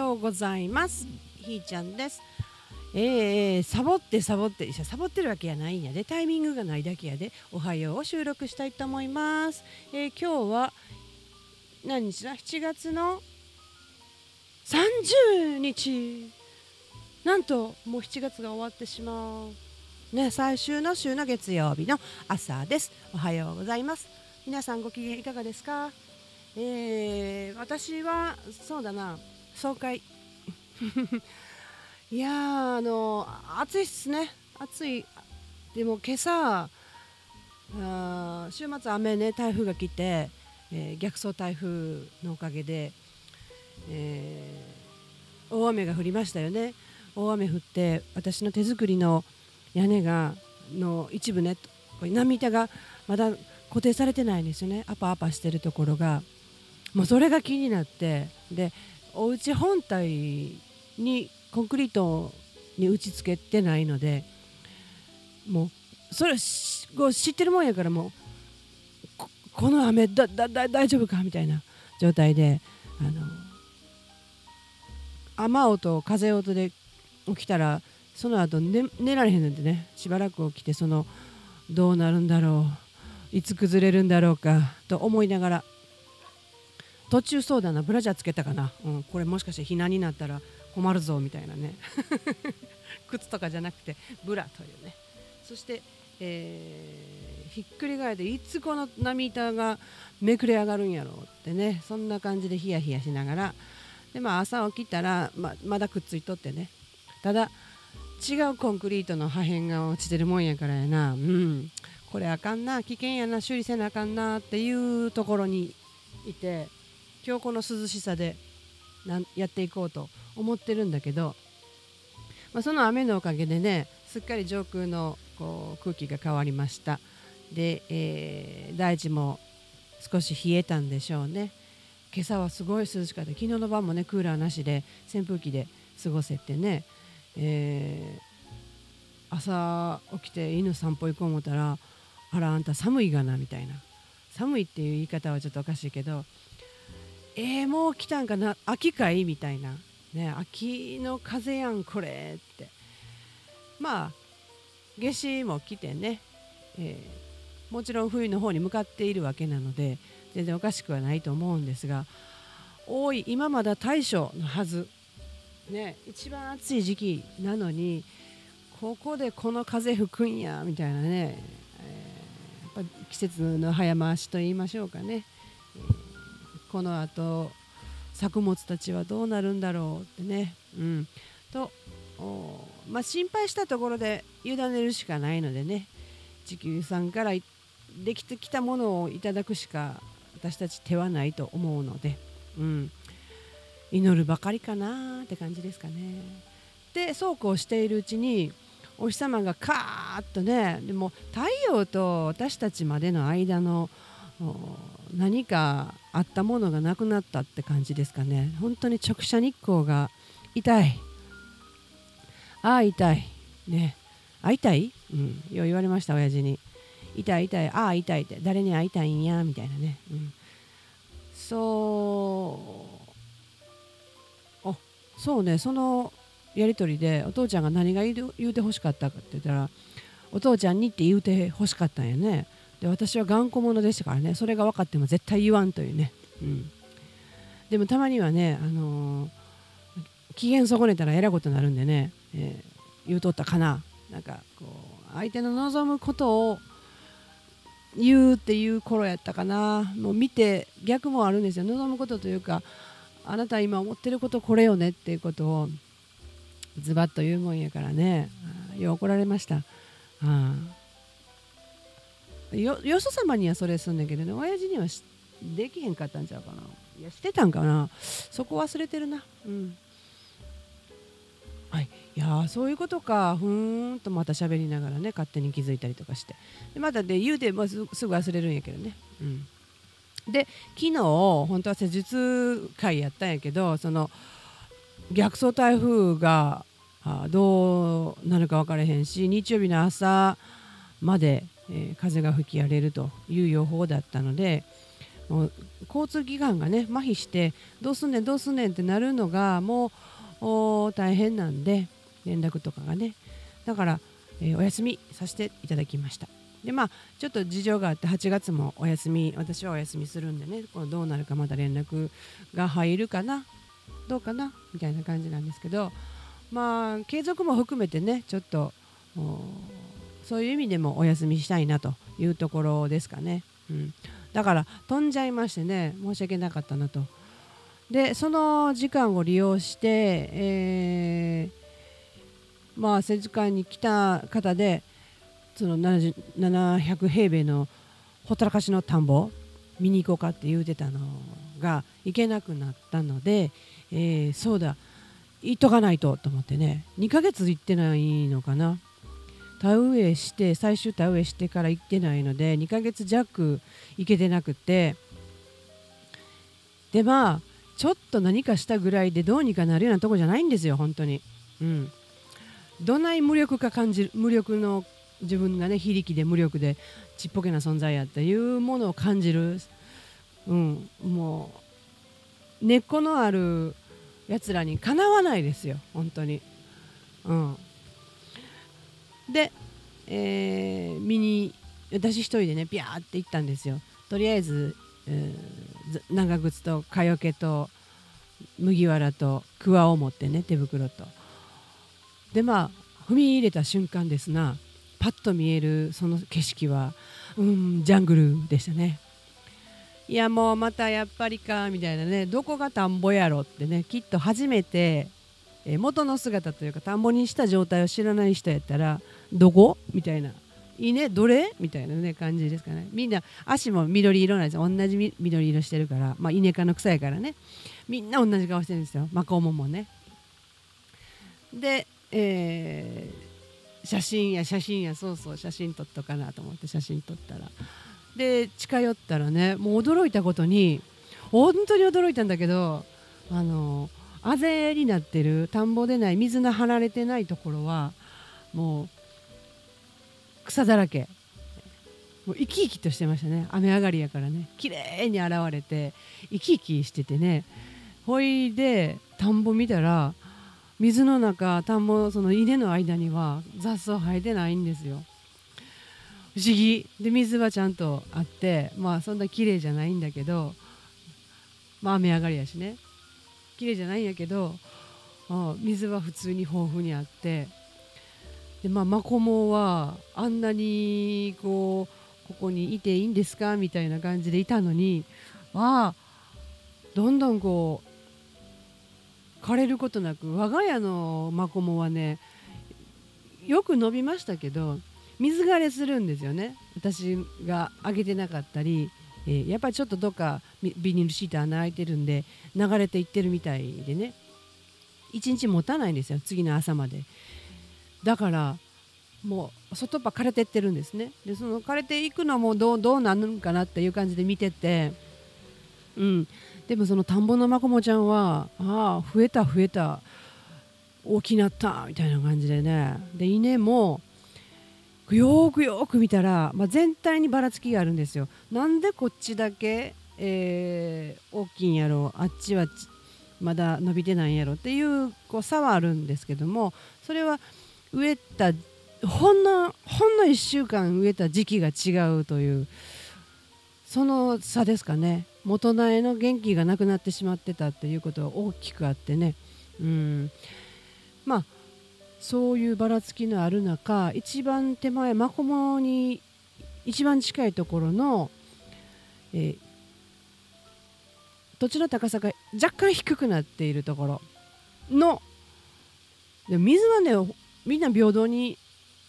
ようございます。ひーちゃんです。サボってサボってるわけやないんやで、タイミングがないだけやで、おはようを収録したいと思います。今日は何日だ、7月の30日、なんともう7月が終わってしまうね。最終の週の月曜日の朝です。おはようございます。皆さんご機嫌いかがですか？私はそうだな、爽快いやー、暑いっすね。暑い。でも今朝、週末雨ね、台風が来て、逆走台風のおかげで、大雨が降りましたよね。大雨降って、私の手作りの屋根の一部ね、波板がまだ固定されてないんですよね。アパアパしてるところが、もうそれが気になって、でお家本体にコンクリートに打ち付けてないので、もうそれ知ってるもんやから、もうこの雨大丈夫かみたいな状態で、雨音風音で起きたらその後、寝られへんのでね、しばらく起きて、どうなるんだろう、いつ崩れるんだろうかと思いながら、途中そうだな、ブラジャーつけたかな、これもしかして避難になったら困るぞみたいなね靴とかじゃなくてブラというね。そして、ひっくり返って、いつこの波板がめくれ上がるんやろうってね、そんな感じでヒヤヒヤしながら、で朝起きたら まだくっついとってね、ただ違うコンクリートの破片が落ちてるもんやからやな、これあかんな、危険やな、修理せなあかんなっていうところにいて、今日この涼しさでやっていこうと思ってるんだけど、その雨のおかげでね、すっかり上空の空気が変わりました。で、大地も少し冷えたんでしょうね。今朝はすごい涼しかった。昨日の晩もね、クーラーなしで扇風機で過ごせてね、朝起きて犬散歩行こう思ったら、あらあんた寒いがなみたいな、寒いっていう言い方はちょっとおかしいけど、もう来たんかな、秋かいみたいな、ね、秋の風やんこれって。夏至も来てね、もちろん冬の方に向かっているわけなので全然おかしくはないと思うんですが、今まだ大暑のはず、ね、一番暑い時期なのに、ここでこの風吹くんやみたいなね、やっぱ季節の早回しと言いましょうかね。このあと作物たちはどうなるんだろうってね、と心配したところで委ねるしかないのでね、地球さんからできてきたものをいただくしか私たち手はないと思うので、祈るばかりかなって感じですかね。でそうこうしているうちに、お日様がカーッとね、でも太陽と私たちまでの間の何かあったものがなくなったって感じですかね。本当に直射日光が痛い、痛いね、会いたい、よう言われました、親父に。痛い痛い、痛いって、誰に会いたいんやみたいなね、そうね、そのやり取りでお父ちゃんが何が言うてほしかったかって言ったら、お父ちゃんにって言うてほしかったんやね。で私は頑固者でしたからね、それが分かっても絶対言わんというね、でもたまにはね、機嫌損ねたらえらいことになるんでね、言うとったかな、なんか相手の望むことを言うっていう頃やったかな。もう見て逆もあるんですよ。望むことというか、あなた今思ってることこれよねっていうことをズバッと言うもんやからね、よう怒られました。よそ様にはそれすんねんけどね、親父にはできへんかったんちゃうかな。いやしてたんかな、そこ忘れてるな。はい、いやそういうことか、ふーんとまた喋りながらね、勝手に気づいたりとかして、でまたで言うて、すぐ忘れるんやけどね。で昨日本当は施術会やったんやけど、その逆走台風がどうなるか分からへんし、日曜日の朝まで、風が吹き荒れるという予報だったので、 もう交通機関がね麻痺してどうすんねんどうすんねんってなるのがもう大変なんで、連絡とかがね。だから、お休みさせていただきました。でちょっと事情があって8月もお休み、私はお休みするんでね、これどうなるかまた連絡が入るかなどうかなみたいな感じなんですけど、継続も含めてねちょっとそういう意味でもお休みしたいなというところですかね。だから飛んじゃいましてね、申し訳なかったなと。でその時間を利用して、施術館に来た方でその700平米のほったらかしの田んぼ見に行こうかって言うてたのが行けなくなったので、そうだ行っとかないとと思ってね、2ヶ月行ってないのかな。田植えして最終田植えしてから行ってないので2ヶ月弱行けてなくて、でちょっと何かしたぐらいでどうにかなるようなとこじゃないんですよ本当に。どない無力か感じる、無力の自分がね非力で無力でちっぽけな存在やっていうものを感じる、もう根っこのあるやつらにかなわないですよ本当に。で、見に私一人でねピャーって行ったんですよ。とりあえず、長靴と蚊よけと麦わらとクワを持ってね、手袋と。で踏み入れた瞬間ですな、パッと見えるその景色はジャングルでしたね。いやもうまたやっぱりかみたいなね、どこが田んぼやろってね、きっと初めて元の姿というか田んぼにした状態を知らない人やったらどこみたいな、稲どれみたいなね感じですかね。みんな足も緑色なんですよ、同じ緑色してるから、稲科の草やからね、みんな同じ顔してるんですよ、マコモもね。で、写真やそう写真撮っとかなと思って写真撮ったら、で近寄ったらね、もう驚いたことに、本当に驚いたんだけど、あぜになってる田んぼでない水の張られてないところはもう草だらけ、もう生き生きとしてましたね。雨上がりやからね、綺麗に現れて生き生きしててね。ほいで田んぼ見たら水の中、田んぼその稲の間には雑草生えてないんですよ。不思議で、水はちゃんとあって、そんな綺麗じゃないんだけど、雨上がりやしね綺麗じゃないんやけど、水は普通に豊富にあって、でマコモはあんなにここにいていいんですかみたいな感じでいたのに、どんどん枯れることなく、我が家のマコモはねよく伸びましたけど水枯れするんですよね、私があげてなかったり。やっぱりちょっとどっかビニールシート穴開いてるんで流れていってるみたいでね、1日持たないんですよ次の朝まで。だからもう外っ端枯れてってるんですね。でその枯れていくのもどうなるのかなっていう感じで見てて、でもその田んぼのマコモちゃんは増えた大きなったみたいな感じでね。で稲もよーく見たら、全体にばらつきがあるんですよ。なんでこっちだけ、大きいんやろ、あっちはまだ伸びてないんやろっていう、差はあるんですけども、それは植えたほんの1週間植えた時期が違うというその差ですかね。元苗の元気がなくなってしまってたっていうことは大きくあってね。そういうばらつきのある中、一番手前マコモに一番近いところの、土地の高さが若干低くなっているところの、で水はねみんな平等に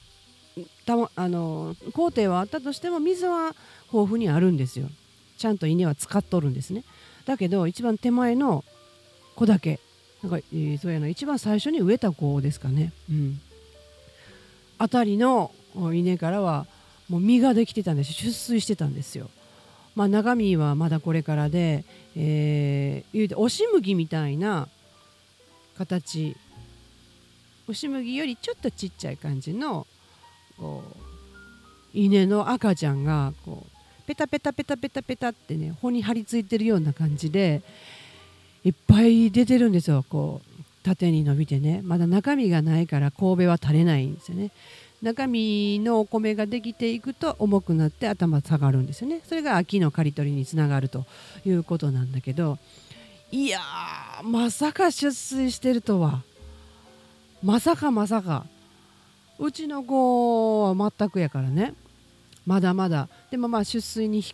工程はあったとしても水は豊富にあるんですよ。ちゃんと稲は使っとるんですね。だけど一番手前の子だけそうやな、一番最初に植えた子ですかね、あたりの稲からはもう実ができてたんです、出水してたんですよ。中身はまだこれからで、言うて押し麦みたいな形、押し麦よりちょっとちっちゃい感じの稲の赤ちゃんがペタペタペタペタペタってね穂に張り付いてるような感じでいっぱい出てるんですよ。こう縦に伸びてね、まだ中身がないから神戸は垂れないんですよね。中身のお米ができていくと重くなって頭下がるんですよね。それが秋の刈り取りにつながるということなんだけど、いやーまさか出水してるとは、まさかまさか。うちの子は全くやからね、まだまだ。でもまあ出水に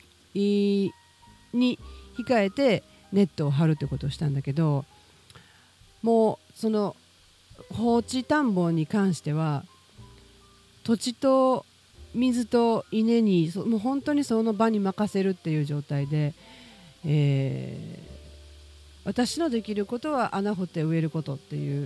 控えてネットを張るってことをしたんだけど、もうその放置田んぼに関しては土地と水と稲にもう本当にその場に任せるっていう状態で、私のできることは穴掘って植えることっていう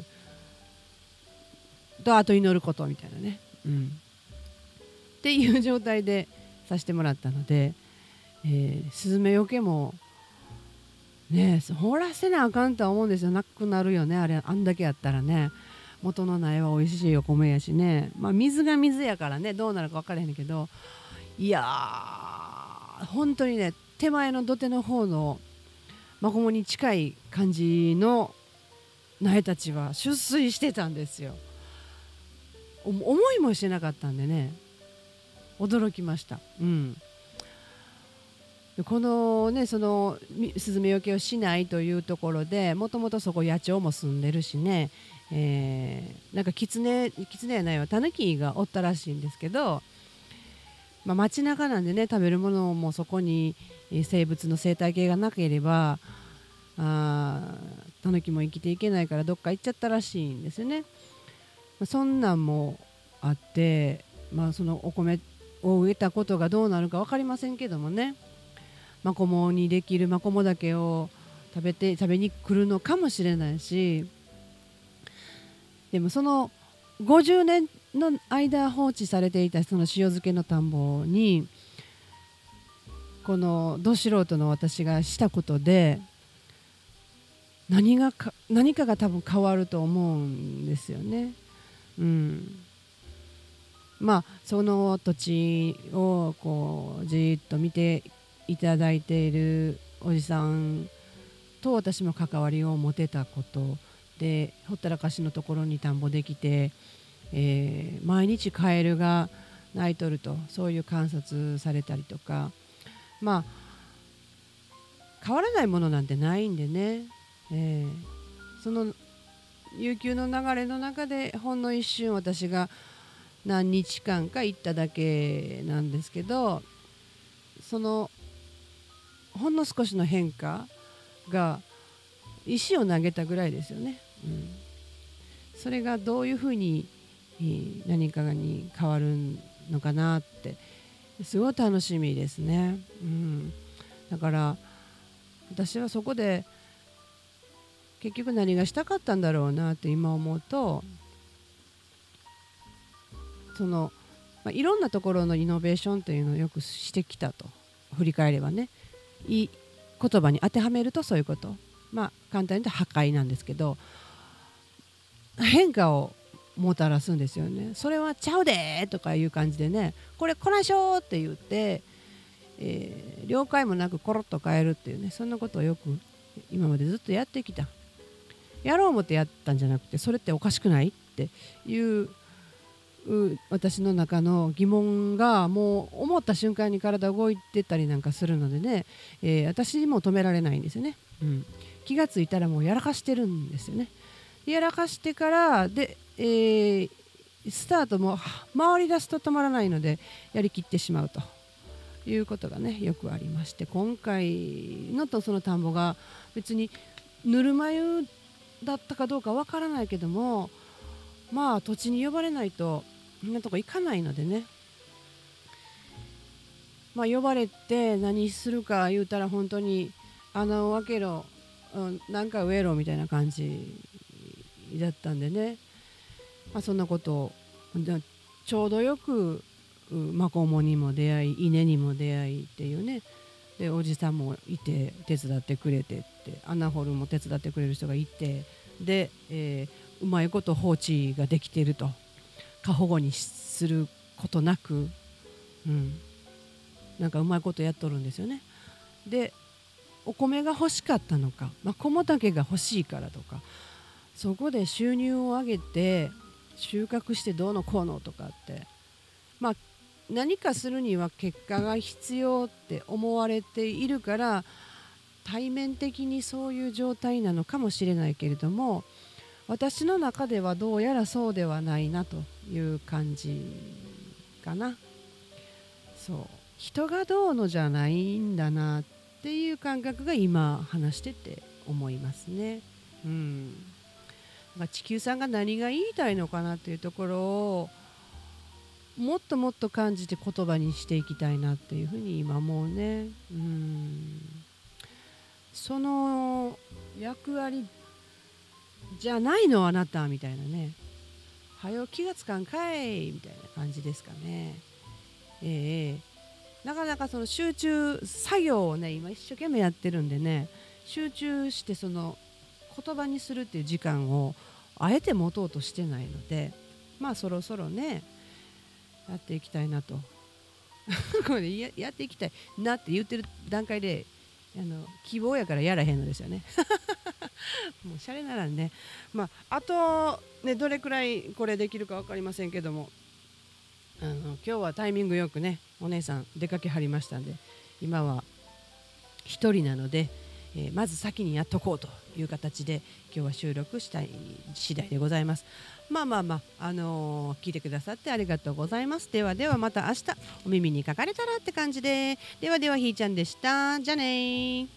と、あと祈ることみたいなね、っていう状態でさせてもらったので、スズメよけもね掘らせなあかんとは思うんですよ。なくなるよね、あれあんだけやったらね。元の苗は美味しいお米やしね、まあ水が水やからねどうなるか分からへんけど、いやー本当にね手前の土手の方のマコモに近い感じの苗たちは出水してたんですよ。思いもしてなかったんでね驚きました。このねそのスズメよけをしないというところで、もともとそこ野鳥も住んでるしね、なんかキツネやないわタヌキがおったらしいんですけど、街中なんでね食べるものもそこに生物の生態系がなければタヌキも生きていけないからどっか行っちゃったらしいんですよね。そんなんもあって、そのお米を植えたことがどうなるか分かりませんけどもね、マコモにできるマコモダケを食べに来るのかもしれないし、でもその50年の間放置されていたその塩漬けの田んぼにこのど素人の私がしたことで何かが多分変わると思うんですよね。その土地をこうじっと見ていただいているおじさんと私も関わりを持てたことで、ほったらかしのところに田んぼできて、毎日カエルが鳴いとると、そういう観察されたりとか、変わらないものなんてないんでね、その悠久の流れの中でほんの一瞬私が何日間か行っただけなんですけど、そのほんの少しの変化が石を投げたぐらいですよね。それがどういうふうに何かに変わるのかなってすごい楽しみですね。だから私はそこで結局何がしたかったんだろうなって今思うと、いろんなところのイノベーションというのをよくしてきたと振り返ればね、いい言葉に当てはめるとそういうこと、簡単に言うと破壊なんですけど、変化をもたらすんですよね。それはちゃうでーとかいう感じでね、これこないしょーって言って、了解もなくコロッと変えるっていうね、そんなことをよく今までずっとやってきた。やろう思ってやったんじゃなくて、それっておかしくないっていう私の中の疑問がもう思った瞬間に体動いてたりなんかするのでね、私にも止められないんですよね。気がついたらもうやらかしてるんですよね。やらかしてからで、スタートも回り出すと止まらないのでやりきってしまうということがねよくありまして、今回のとその田んぼが別にぬるま湯だったかどうかわからないけども、土地に呼ばれないとみんなとこ行かないのでね、呼ばれて何するか言うたら本当に穴を開けろ、なんか植えろみたいな感じだったんでね、そんなことをちょうどよくマコモにも出会い稲にも出会いっていうね、でおじさんもいて手伝ってくれてって、穴掘るも手伝ってくれる人がいて、で、うまいこと放置ができていると、過保護にすることなく、 なんかうまいことやっとるんですよね。でお米が欲しかったのか、小畑が欲しいからとか、そこで収入を上げて収穫してどうのこうのとかって、何かするには結果が必要って思われているから対面的にそういう状態なのかもしれないけれども、私の中ではどうやらそうではないなという感じかな。そう人がどうのじゃないんだなっていう感覚が今話してて思いますね。地球さんが何が言いたいのかなっていうところをもっともっと感じて言葉にしていきたいなっていうふうに今思うね。その役割じゃないのあなたみたいなね、はよ気がつかんかいみたいな感じですかね。なかなかその集中作業をね今一生懸命やってるんでね、集中してその言葉にするっていう時間をあえて持とうとしてないので、そろそろねやっていきたいなとこれやっていきたいなって言ってる段階で希望やからやらへんのですよねもうシャレならんね。あとねどれくらいこれできるか分かりませんけども、今日はタイミングよくねお姉さん出かけはりましたんで、今は一人なので、まず先にやっとこうという形で今日は収録したい次第でございます。聞いてくださってありがとうございます。ではではまた明日お耳にかかれたらって感じで、ではではひーちゃんでした。じゃあねー。